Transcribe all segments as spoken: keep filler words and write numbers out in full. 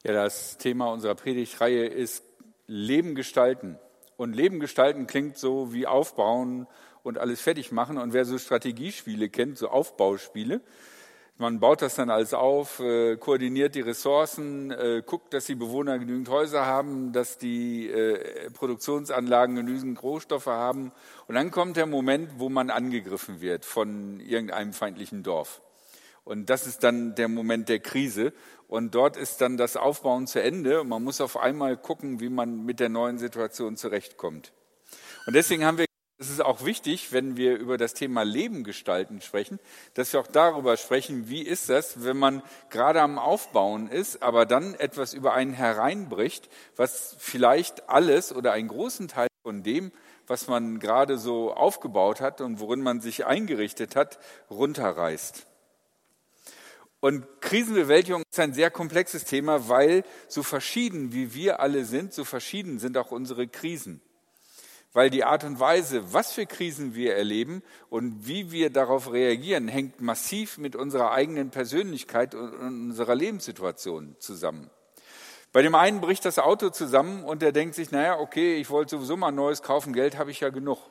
Ja, das Thema unserer Predigtreihe ist Leben gestalten. Und Leben gestalten klingt so wie aufbauen und alles fertig machen. Und wer so Strategiespiele kennt, so Aufbauspiele, man baut das dann alles auf, äh, koordiniert die Ressourcen, äh, guckt, dass die Bewohner genügend Häuser haben, dass die äh, Produktionsanlagen genügend Rohstoffe haben. Und dann kommt der Moment, wo man angegriffen wird von irgendeinem feindlichen Dorf. Und das ist dann der Moment der Krise. Und dort ist dann das Aufbauen zu Ende. Und man muss auf einmal gucken, wie man mit der neuen Situation zurechtkommt. Und deswegen haben wir, es ist auch wichtig, wenn wir über das Thema Leben gestalten sprechen, dass wir auch darüber sprechen, wie ist das, wenn man gerade am Aufbauen ist, aber dann etwas über einen hereinbricht, was vielleicht alles oder einen großen Teil von dem, was man gerade so aufgebaut hat und worin man sich eingerichtet hat, runterreißt. Und Krisenbewältigung ist ein sehr komplexes Thema, weil so verschieden wie wir alle sind, so verschieden sind auch unsere Krisen. Weil die Art und Weise, was für Krisen wir erleben und wie wir darauf reagieren, hängt massiv mit unserer eigenen Persönlichkeit und unserer Lebenssituation zusammen. Bei dem einen bricht das Auto zusammen und der denkt sich, naja, okay, ich wollte sowieso mal ein neues kaufen, Geld habe ich ja genug.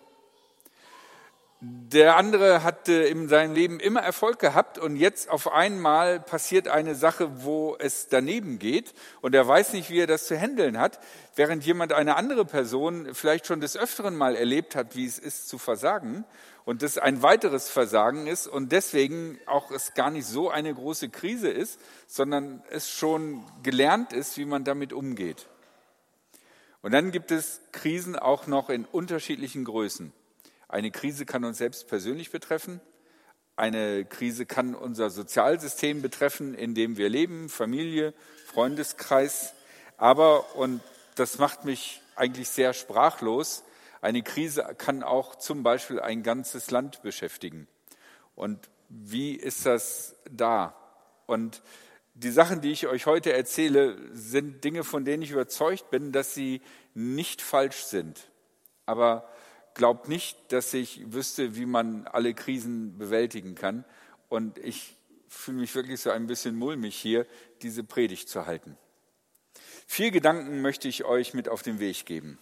Der andere hat in seinem Leben immer Erfolg gehabt und jetzt auf einmal passiert eine Sache, wo es daneben geht und er weiß nicht, wie er das zu handeln hat, während jemand, eine andere Person vielleicht schon des Öfteren mal erlebt hat, wie es ist zu versagen und das ein weiteres Versagen ist und deswegen auch es gar nicht so eine große Krise ist, sondern es schon gelernt ist, wie man damit umgeht. Und dann gibt es Krisen auch noch in unterschiedlichen Größen. Eine Krise kann uns selbst persönlich betreffen. Eine Krise kann unser Sozialsystem betreffen, in dem wir leben, Familie, Freundeskreis. Aber, und das macht mich eigentlich sehr sprachlos, eine Krise kann auch zum Beispiel ein ganzes Land beschäftigen. Und wie ist das da? Und die Sachen, die ich euch heute erzähle, sind Dinge, von denen ich überzeugt bin, dass sie nicht falsch sind. Aber glaubt nicht, dass ich wüsste, wie man alle Krisen bewältigen kann. Und ich fühle mich wirklich so ein bisschen mulmig hier, diese Predigt zu halten. Vier Gedanken möchte ich euch mit auf den Weg geben.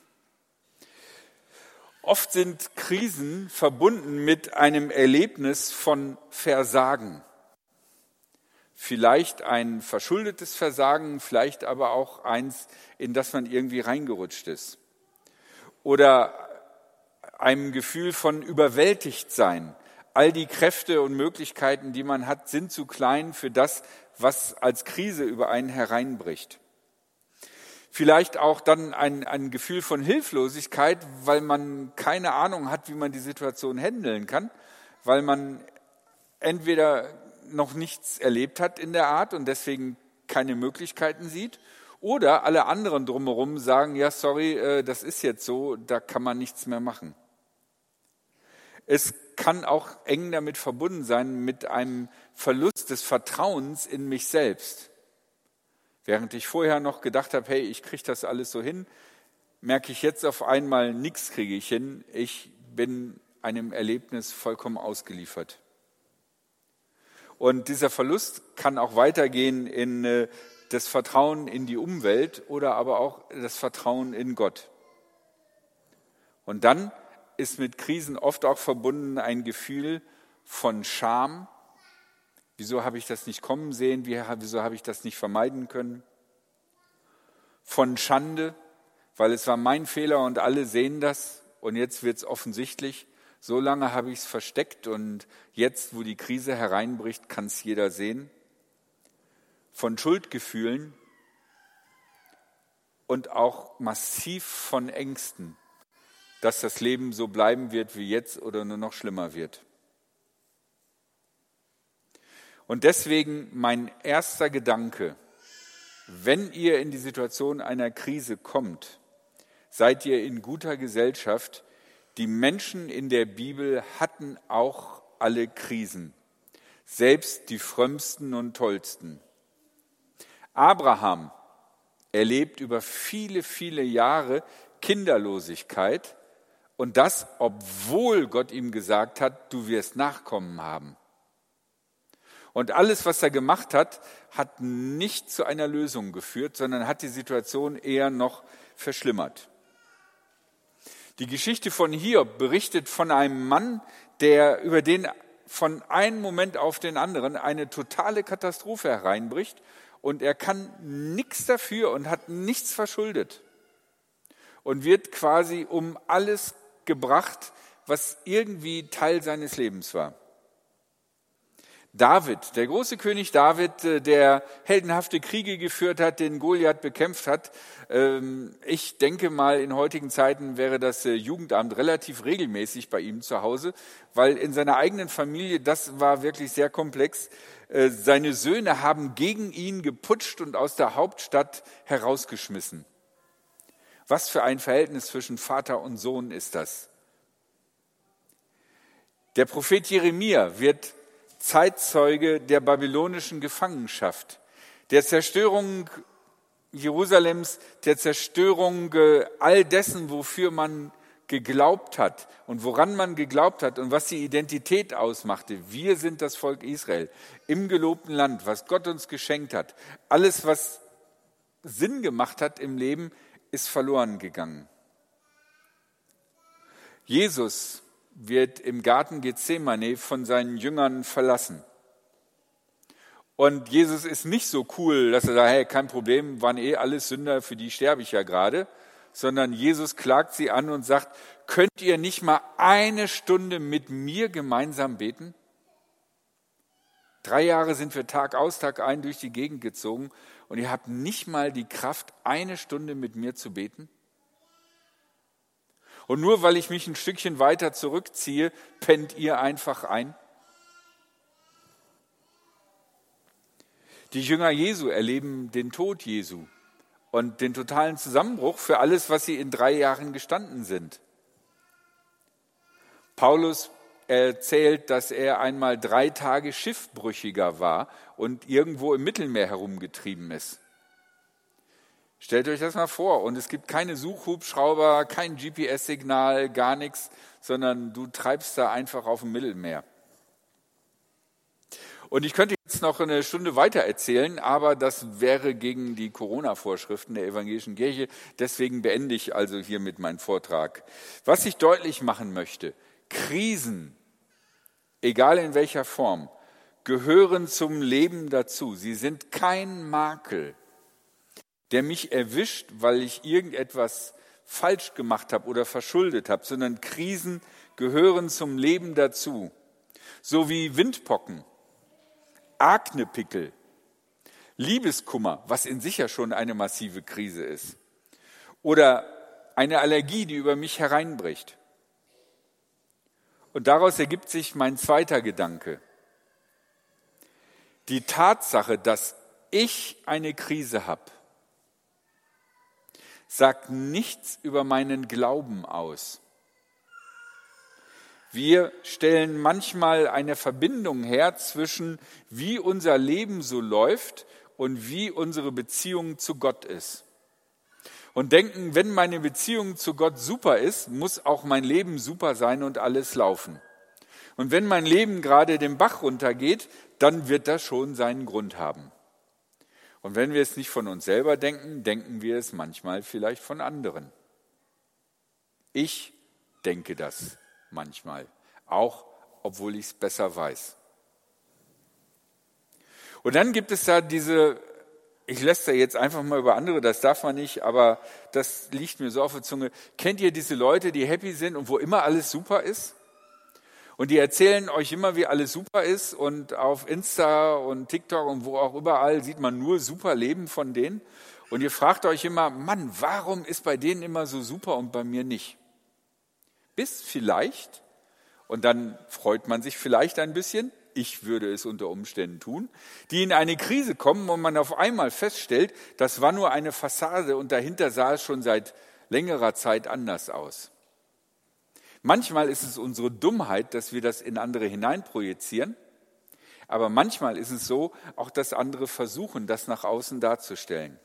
Oft sind Krisen verbunden mit einem Erlebnis von Versagen. Vielleicht ein verschuldetes Versagen, vielleicht aber auch eins, in das man irgendwie reingerutscht ist. Oder einem Gefühl von überwältigt sein. All die Kräfte und Möglichkeiten, die man hat, sind zu klein für das, was als Krise über einen hereinbricht. Vielleicht auch dann ein, ein Gefühl von Hilflosigkeit, weil man keine Ahnung hat, wie man die Situation handeln kann, weil man entweder noch nichts erlebt hat in der Art und deswegen keine Möglichkeiten sieht, oder alle anderen drumherum sagen, ja, sorry, das ist jetzt so, da kann man nichts mehr machen. Es kann auch eng damit verbunden sein, mit einem Verlust des Vertrauens in mich selbst. Während ich vorher noch gedacht habe, hey, ich kriege das alles so hin, merke ich jetzt auf einmal, nichts kriege ich hin. Ich bin einem Erlebnis vollkommen ausgeliefert. Und dieser Verlust kann auch weitergehen in äh, das Vertrauen in die Umwelt oder aber auch das Vertrauen in Gott. Und dann ist mit Krisen oft auch verbunden ein Gefühl von Scham. Wieso habe ich das nicht kommen sehen? Wieso habe ich das nicht vermeiden können? Von Schande, weil es war mein Fehler und alle sehen das und jetzt wird es offensichtlich. So lange habe ich es versteckt und jetzt, wo die Krise hereinbricht, kann es jeder sehen. Von Schuldgefühlen und auch massiv von Ängsten, dass das Leben so bleiben wird wie jetzt oder nur noch schlimmer wird. Und deswegen mein erster Gedanke, wenn ihr in die Situation einer Krise kommt, seid ihr in guter Gesellschaft. Die Menschen in der Bibel hatten auch alle Krisen, selbst die frömmsten und tollsten. Abraham erlebt über viele, viele Jahre Kinderlosigkeit und das, obwohl Gott ihm gesagt hat, du wirst Nachkommen haben. Und alles, was er gemacht hat, hat nicht zu einer Lösung geführt, sondern hat die Situation eher noch verschlimmert. Die Geschichte von Hiob berichtet von einem Mann, der über den von einem Moment auf den anderen eine totale Katastrophe hereinbricht und er kann nichts dafür und hat nichts verschuldet und wird quasi um alles gebracht, was irgendwie Teil seines Lebens war. David, der große König David, der heldenhafte Kriege geführt hat, den Goliath bekämpft hat. Ich denke mal, in heutigen Zeiten wäre das Jugendamt relativ regelmäßig bei ihm zu Hause, weil in seiner eigenen Familie, das war wirklich sehr komplex, seine Söhne haben gegen ihn geputscht und aus der Hauptstadt herausgeschmissen. Was für ein Verhältnis zwischen Vater und Sohn ist das? Der Prophet Jeremia wird Zeitzeuge der babylonischen Gefangenschaft, der Zerstörung Jerusalems, der Zerstörung all dessen, wofür man geglaubt hat und woran man geglaubt hat und was die Identität ausmachte. Wir sind das Volk Israel im gelobten Land, was Gott uns geschenkt hat. Alles, was Sinn gemacht hat im Leben, ist verloren gegangen. Jesus wird im Garten Gethsemane von seinen Jüngern verlassen. Und Jesus ist nicht so cool, dass er sagt, hey, kein Problem, waren eh alles Sünder, für die sterbe ich ja gerade, sondern Jesus klagt sie an und sagt, könnt ihr nicht mal eine Stunde mit mir gemeinsam beten? Drei Jahre sind wir Tag aus, Tag ein durch die Gegend gezogen und ihr habt nicht mal die Kraft, eine Stunde mit mir zu beten? Und nur weil ich mich ein Stückchen weiter zurückziehe, pennt ihr einfach ein? Die Jünger Jesu erleben den Tod Jesu und den totalen Zusammenbruch für alles, was sie in drei Jahren gestanden sind. Paulus erzählt, dass er einmal drei Tage Schiffbrüchiger war und irgendwo im Mittelmeer herumgetrieben ist. Stellt euch das mal vor, und es gibt keine Suchhubschrauber, kein G P S-Signal, gar nichts, sondern du treibst da einfach auf dem Mittelmeer. Und ich könnte jetzt noch eine Stunde weiter erzählen, aber das wäre gegen die Corona-Vorschriften der evangelischen Kirche. Deswegen beende ich also hiermit meinen Vortrag. Was ich deutlich machen möchte, Krisen, egal in welcher Form, gehören zum Leben dazu. Sie sind kein Makel, der mich erwischt, weil ich irgendetwas falsch gemacht habe oder verschuldet habe, sondern Krisen gehören zum Leben dazu. So wie Windpocken, Aknepickel, Liebeskummer, was in sich ja schon eine massive Krise ist, oder eine Allergie, die über mich hereinbricht. Und daraus ergibt sich mein zweiter Gedanke. Die Tatsache, dass ich eine Krise habe, sagt nichts über meinen Glauben aus. Wir stellen manchmal eine Verbindung her zwischen wie unser Leben so läuft und wie unsere Beziehung zu Gott ist. Und denken, wenn meine Beziehung zu Gott super ist, muss auch mein Leben super sein und alles laufen. Und wenn mein Leben gerade den Bach runtergeht, dann wird das schon seinen Grund haben. Und wenn wir es nicht von uns selber denken, denken wir es manchmal vielleicht von anderen. Ich denke das manchmal, auch obwohl ich es besser weiß. Und dann gibt es da diese, ich lästere jetzt einfach mal über andere, das darf man nicht, aber das liegt mir so auf der Zunge. Kennt ihr diese Leute, die happy sind und wo immer alles super ist? Und die erzählen euch immer, wie alles super ist und auf Insta und TikTok und wo auch überall sieht man nur super Leben von denen. Und ihr fragt euch immer, Mann, warum ist bei denen immer so super und bei mir nicht? Bis vielleicht, und dann freut man sich vielleicht ein bisschen, ich würde es unter Umständen tun, die in eine Krise kommen und man auf einmal feststellt, das war nur eine Fassade und dahinter sah es schon seit längerer Zeit anders aus. Manchmal ist es unsere Dummheit, dass wir das in andere hineinprojizieren, aber manchmal ist es so, auch dass andere versuchen, das nach außen darzustellen.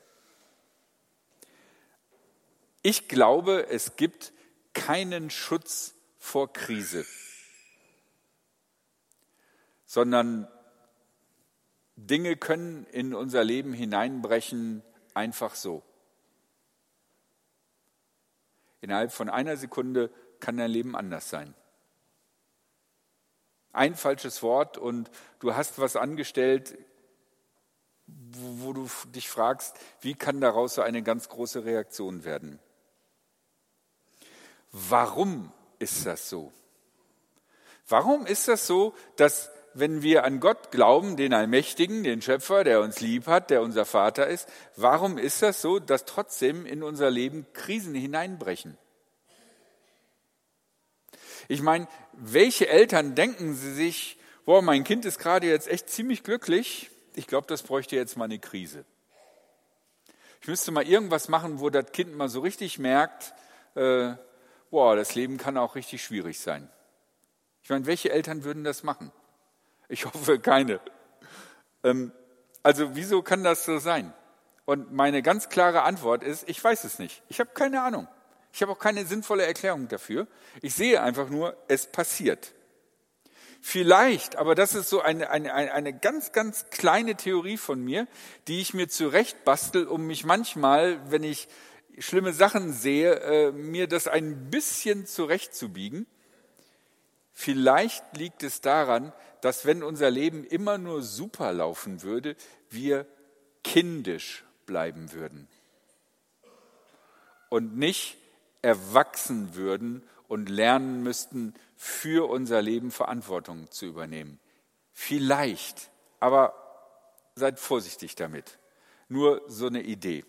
Ich glaube, es gibt keinen Schutz vor Krise, sondern Dinge können in unser Leben hineinbrechen, einfach so. Innerhalb von einer Sekunde kann dein Leben anders sein. Ein falsches Wort und du hast was angestellt, wo, wo du dich fragst, wie kann daraus so eine ganz große Reaktion werden? Warum ist das so? Warum ist das so, dass wenn wir an Gott glauben, den Allmächtigen, den Schöpfer, der uns lieb hat, der unser Vater ist, warum ist das so, dass trotzdem in unser Leben Krisen hineinbrechen? Ich meine, welche Eltern denken sie sich, boah, mein Kind ist gerade jetzt echt ziemlich glücklich, ich glaube, das bräuchte jetzt mal eine Krise. Ich müsste mal irgendwas machen, wo das Kind mal so richtig merkt, äh, boah, das Leben kann auch richtig schwierig sein. Ich meine, welche Eltern würden das machen? Ich hoffe, keine. Ähm, also wieso kann das so sein? Und meine ganz klare Antwort ist, ich weiß es nicht. Ich habe keine Ahnung. Ich habe auch keine sinnvolle Erklärung dafür. Ich sehe einfach nur, es passiert. Vielleicht, aber das ist so eine, eine, eine ganz, ganz kleine Theorie von mir, die ich mir zurechtbastel, um mich manchmal, wenn ich schlimme Sachen sehe, äh, mir das ein bisschen zurechtzubiegen. Vielleicht liegt es daran, dass wenn unser Leben immer nur super laufen würde, wir kindisch bleiben würden und nicht erwachsen würden und lernen müssten, für unser Leben Verantwortung zu übernehmen. Vielleicht, aber seid vorsichtig damit. Nur so eine Idee.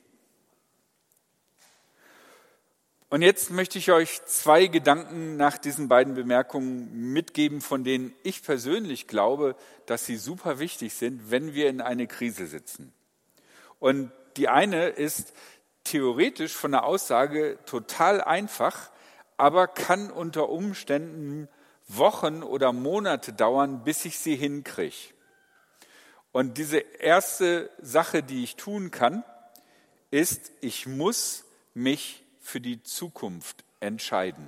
Und jetzt möchte ich euch zwei Gedanken nach diesen beiden Bemerkungen mitgeben, von denen ich persönlich glaube, dass sie super wichtig sind, wenn wir in eine Krise sitzen. Und die eine ist theoretisch von der Aussage total einfach, aber kann unter Umständen Wochen oder Monate dauern, bis ich sie hinkriege. Und diese erste Sache, die ich tun kann, ist, ich muss mich für die Zukunft entscheiden.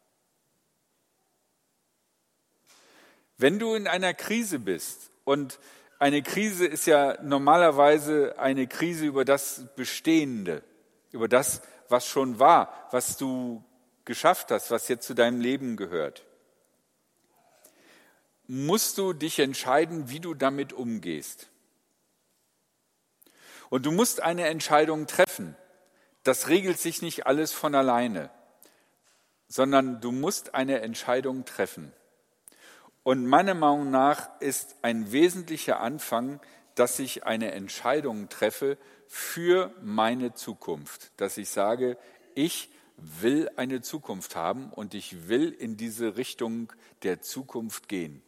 Wenn du in einer Krise bist, und eine Krise ist ja normalerweise eine Krise über das Bestehende, über das, was schon war, was du geschafft hast, was jetzt zu deinem Leben gehört, musst du dich entscheiden, wie du damit umgehst. Und du musst eine Entscheidung treffen. Das regelt sich nicht alles von alleine, sondern du musst eine Entscheidung treffen. Und meiner Meinung nach ist ein wesentlicher Anfang, dass ich eine Entscheidung treffe für meine Zukunft. Dass ich sage, ich will eine Zukunft haben und ich will in diese Richtung der Zukunft gehen.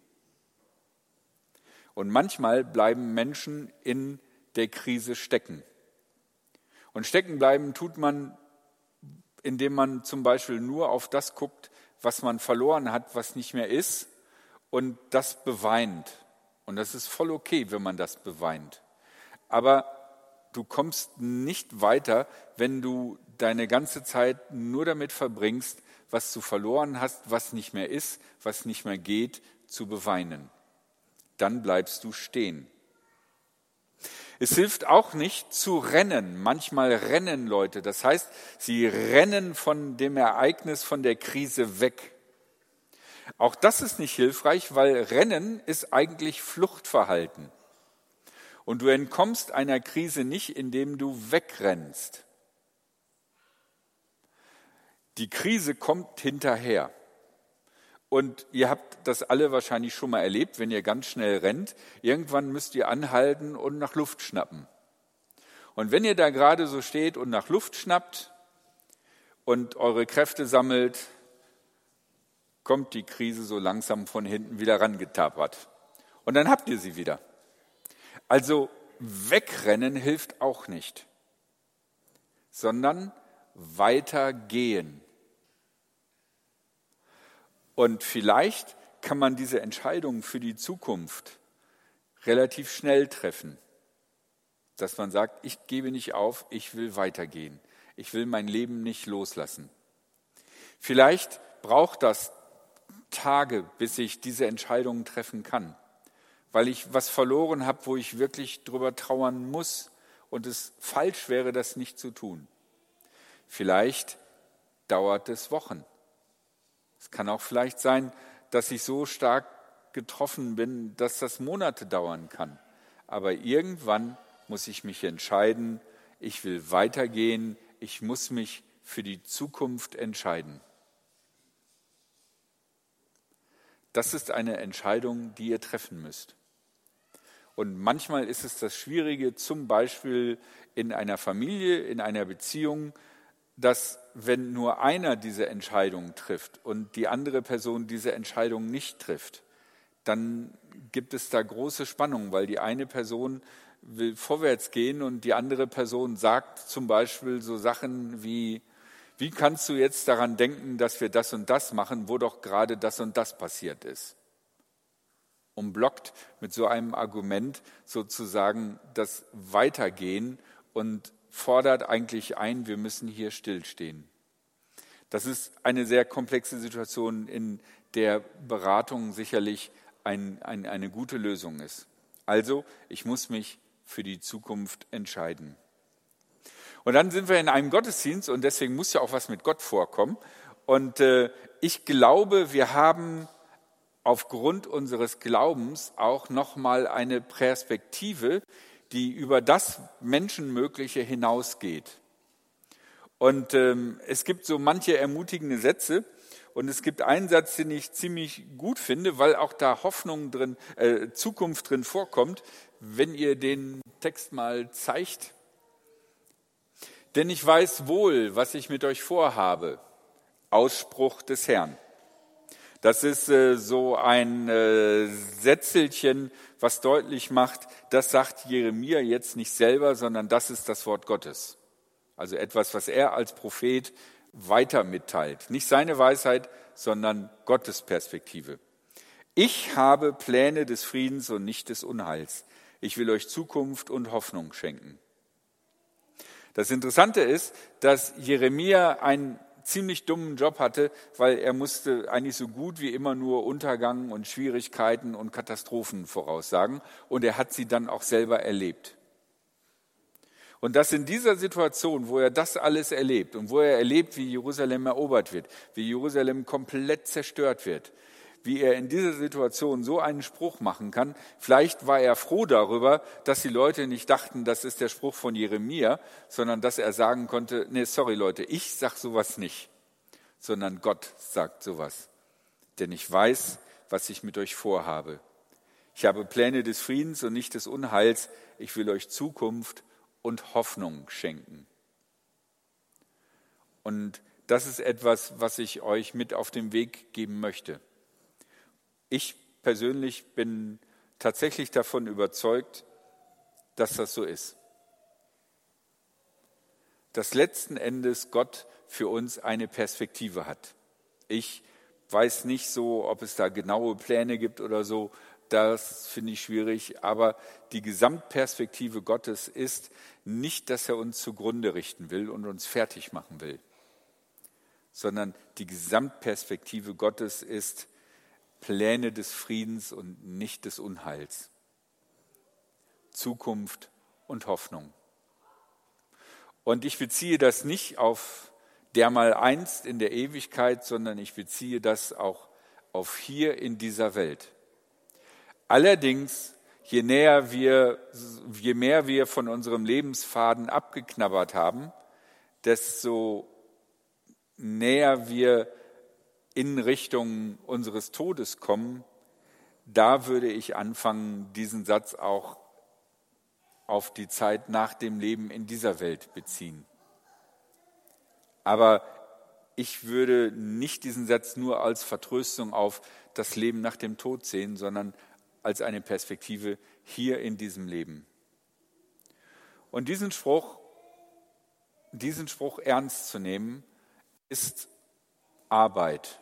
Und manchmal bleiben Menschen in der Krise stecken. Und stecken bleiben tut man, indem man zum Beispiel nur auf das guckt, was man verloren hat, was nicht mehr ist, und das beweint. Und das ist voll okay, wenn man das beweint. Aber du kommst nicht weiter, wenn du deine ganze Zeit nur damit verbringst, was du verloren hast, was nicht mehr ist, was nicht mehr geht, zu beweinen. Dann bleibst du stehen. Es hilft auch nicht zu rennen. Manchmal rennen Leute. Das heißt, sie rennen von dem Ereignis, von der Krise weg. Auch das ist nicht hilfreich, weil Rennen ist eigentlich Fluchtverhalten. Und du entkommst einer Krise nicht, indem du wegrennst. Die Krise kommt hinterher. Und ihr habt das alle wahrscheinlich schon mal erlebt, wenn ihr ganz schnell rennt. Irgendwann müsst ihr anhalten und nach Luft schnappen. Und wenn ihr da gerade so steht und nach Luft schnappt und eure Kräfte sammelt, kommt die Krise so langsam von hinten wieder rangetapert. Und dann habt ihr sie wieder. Also wegrennen hilft auch nicht, sondern weitergehen. Und vielleicht kann man diese Entscheidung für die Zukunft relativ schnell treffen, dass man sagt, ich gebe nicht auf, ich will weitergehen. Ich will mein Leben nicht loslassen. Vielleicht braucht das Tage, bis ich diese Entscheidungen treffen kann, weil ich was verloren habe, wo ich wirklich drüber trauern muss und es falsch wäre, das nicht zu tun. Vielleicht dauert es Wochen. Es kann auch vielleicht sein, dass ich so stark getroffen bin, dass das Monate dauern kann. Aber irgendwann muss ich mich entscheiden, ich will weitergehen, ich muss mich für die Zukunft entscheiden. Das ist eine Entscheidung, die ihr treffen müsst. Und manchmal ist es das Schwierige, zum Beispiel in einer Familie, in einer Beziehung, dass wenn nur einer diese Entscheidung trifft und die andere Person diese Entscheidung nicht trifft, dann gibt es da große Spannung, weil die eine Person will vorwärts gehen und die andere Person sagt zum Beispiel so Sachen wie, wie kannst du jetzt daran denken, dass wir das und das machen, wo doch gerade das und das passiert ist? Und blockt mit so einem Argument sozusagen das Weitergehen und fordert eigentlich ein, wir müssen hier stillstehen. Das ist eine sehr komplexe Situation, in der Beratung sicherlich ein, ein, eine gute Lösung ist. Also, ich muss mich für die Zukunft entscheiden. Und dann sind wir in einem Gottesdienst und deswegen muss ja auch was mit Gott vorkommen. Und äh, ich glaube, wir haben aufgrund unseres Glaubens auch nochmal eine Perspektive, die über das Menschenmögliche hinausgeht. Und ähm, es gibt so manche ermutigende Sätze und es gibt einen Satz, den ich ziemlich gut finde, weil auch da Hoffnung drin, äh, Zukunft drin vorkommt, wenn ihr den Text mal zeigt. Denn ich weiß wohl, was ich mit euch vorhabe. Ausspruch des Herrn. Das ist äh, so ein äh, Sätzelchen, was deutlich macht, das sagt Jeremia jetzt nicht selber, sondern das ist das Wort Gottes. Also etwas, was er als Prophet weiter mitteilt. Nicht seine Weisheit, sondern Gottes Perspektive. Ich habe Pläne des Friedens und nicht des Unheils. Ich will euch Zukunft und Hoffnung schenken. Das Interessante ist, dass Jeremia einen ziemlich dummen Job hatte, weil er musste eigentlich so gut wie immer nur Untergang und Schwierigkeiten und Katastrophen voraussagen. Und er hat sie dann auch selber erlebt. Und dass in dieser Situation, wo er das alles erlebt und wo er erlebt, wie Jerusalem erobert wird, wie Jerusalem komplett zerstört wird, wie er in dieser Situation so einen Spruch machen kann, vielleicht war er froh darüber, dass die Leute nicht dachten, das ist der Spruch von Jeremia, sondern dass er sagen konnte, nee, sorry Leute, ich sag sowas nicht, sondern Gott sagt sowas. Denn ich weiß, was ich mit euch vorhabe. Ich habe Pläne des Friedens und nicht des Unheils. Ich will euch Zukunft und Hoffnung schenken. Und das ist etwas, was ich euch mit auf den Weg geben möchte. Ich persönlich bin tatsächlich davon überzeugt, dass das so ist. Dass letzten Endes Gott für uns eine Perspektive hat. Ich weiß nicht so, ob es da genaue Pläne gibt oder so, das finde ich schwierig, aber die Gesamtperspektive Gottes ist nicht, dass er uns zugrunde richten will und uns fertig machen will, sondern die Gesamtperspektive Gottes ist Pläne des Friedens und nicht des Unheils, Zukunft und Hoffnung. Und ich beziehe das nicht auf dermaleinst in der Ewigkeit, sondern ich beziehe das auch auf hier in dieser Welt. Allerdings, je näher wir, je mehr wir von unserem Lebensfaden abgeknabbert haben, desto näher wir in Richtung unseres Todes kommen, da würde ich anfangen, diesen Satz auch auf die Zeit nach dem Leben in dieser Welt beziehen. Aber ich würde nicht diesen Satz nur als Vertröstung auf das Leben nach dem Tod sehen, sondern als eine Perspektive hier in diesem Leben. Und diesen Spruch, diesen Spruch ernst zu nehmen, ist Arbeit.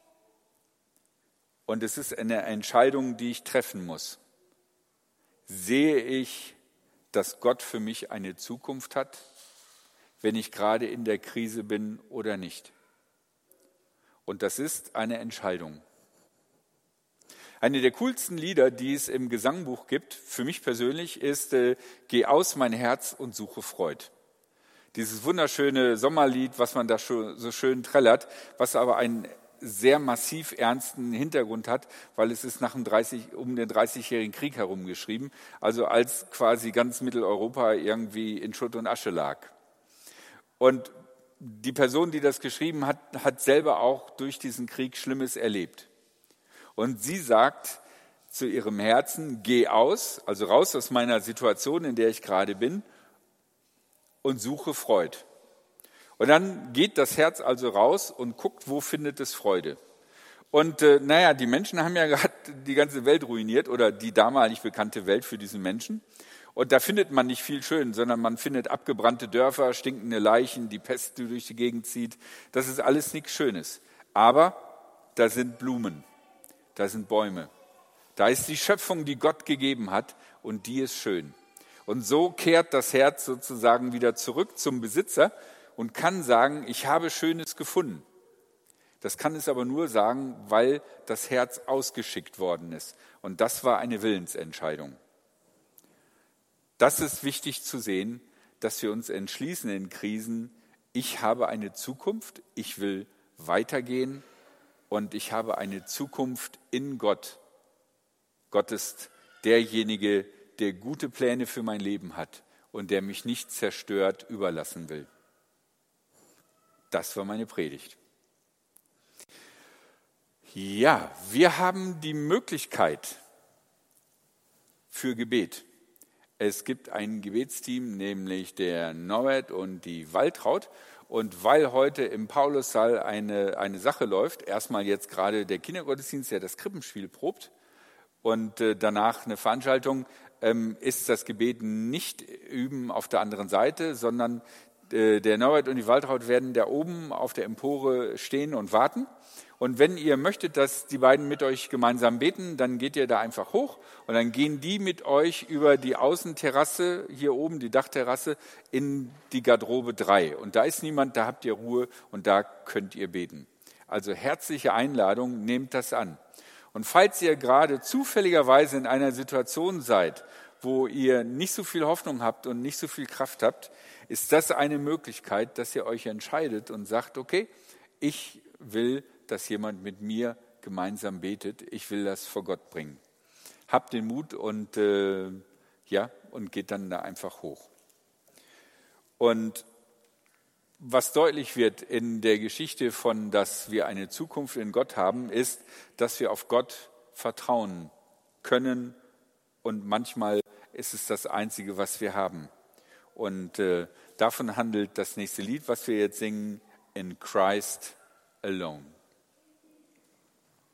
Und es ist eine Entscheidung, die ich treffen muss. Sehe ich, dass Gott für mich eine Zukunft hat, wenn ich gerade in der Krise bin oder nicht? Und das ist eine Entscheidung. Eine der coolsten Lieder, die es im Gesangbuch gibt, für mich persönlich, ist äh, Geh aus mein Herz und suche Freud. Dieses wunderschöne Sommerlied, was man da so schön trällert, was aber einen sehr massiv ernsten Hintergrund hat, weil es ist nach dem dreißig, um den dreißigjährigen Krieg herum geschrieben, also als quasi ganz Mitteleuropa irgendwie in Schutt und Asche lag. Und die Person, die das geschrieben hat, hat selber auch durch diesen Krieg Schlimmes erlebt. Und sie sagt zu ihrem Herzen, geh aus, also raus aus meiner Situation, in der ich gerade bin, und suche Freud. Und dann geht das Herz also raus und guckt, wo findet es Freude. Und äh, naja, die Menschen haben ja gerade die ganze Welt ruiniert oder die damalig bekannte Welt für diesen Menschen. Und da findet man nicht viel schön, sondern man findet abgebrannte Dörfer, stinkende Leichen, die Pest, die durch die Gegend zieht. Das ist alles nichts Schönes. Aber da sind Blumen, da sind Bäume. Da ist die Schöpfung, die Gott gegeben hat, und die ist schön. Und so kehrt das Herz sozusagen wieder zurück zum Besitzer und kann sagen, ich habe Schönes gefunden. Das kann es aber nur sagen, weil das Herz ausgeschickt worden ist. Und das war eine Willensentscheidung. Das ist wichtig zu sehen, dass wir uns entschließen in Krisen, ich habe eine Zukunft, ich will weitergehen und ich habe eine Zukunft in Gott. Gott ist derjenige, der gute Pläne für mein Leben hat und der mich nicht zerstört überlassen will. Das war meine Predigt. Ja, wir haben die Möglichkeit für Gebet. Es gibt ein Gebetsteam, nämlich der Norbert und die Waltraud. Und weil heute im Paulussaal eine, eine Sache läuft, erstmal jetzt gerade der Kindergottesdienst, der das Krippenspiel probt, und äh, danach eine Veranstaltung, ähm, ist das Gebet nicht üben auf der anderen Seite, sondern äh, der Norbert und die Waltraud werden da oben auf der Empore stehen und warten. Und wenn ihr möchtet, dass die beiden mit euch gemeinsam beten, dann geht ihr da einfach hoch und dann gehen die mit euch über die Außenterrasse, hier oben die Dachterrasse, in die Garderobe drei. Und da ist niemand, da habt ihr Ruhe und da könnt ihr beten. Also herzliche Einladung, nehmt das an. Und falls ihr gerade zufälligerweise in einer Situation seid, wo ihr nicht so viel Hoffnung habt und nicht so viel Kraft habt, ist das eine Möglichkeit, dass ihr euch entscheidet und sagt, okay, ich will, dass jemand mit mir gemeinsam betet. Ich will das vor Gott bringen. Habt den Mut und, äh, ja, und geht dann da einfach hoch. Und was deutlich wird in der Geschichte von, dass wir eine Zukunft in Gott haben, ist, dass wir auf Gott vertrauen können und manchmal ist es das Einzige, was wir haben. Und äh, davon handelt das nächste Lied, was wir jetzt singen, In Christ Alone.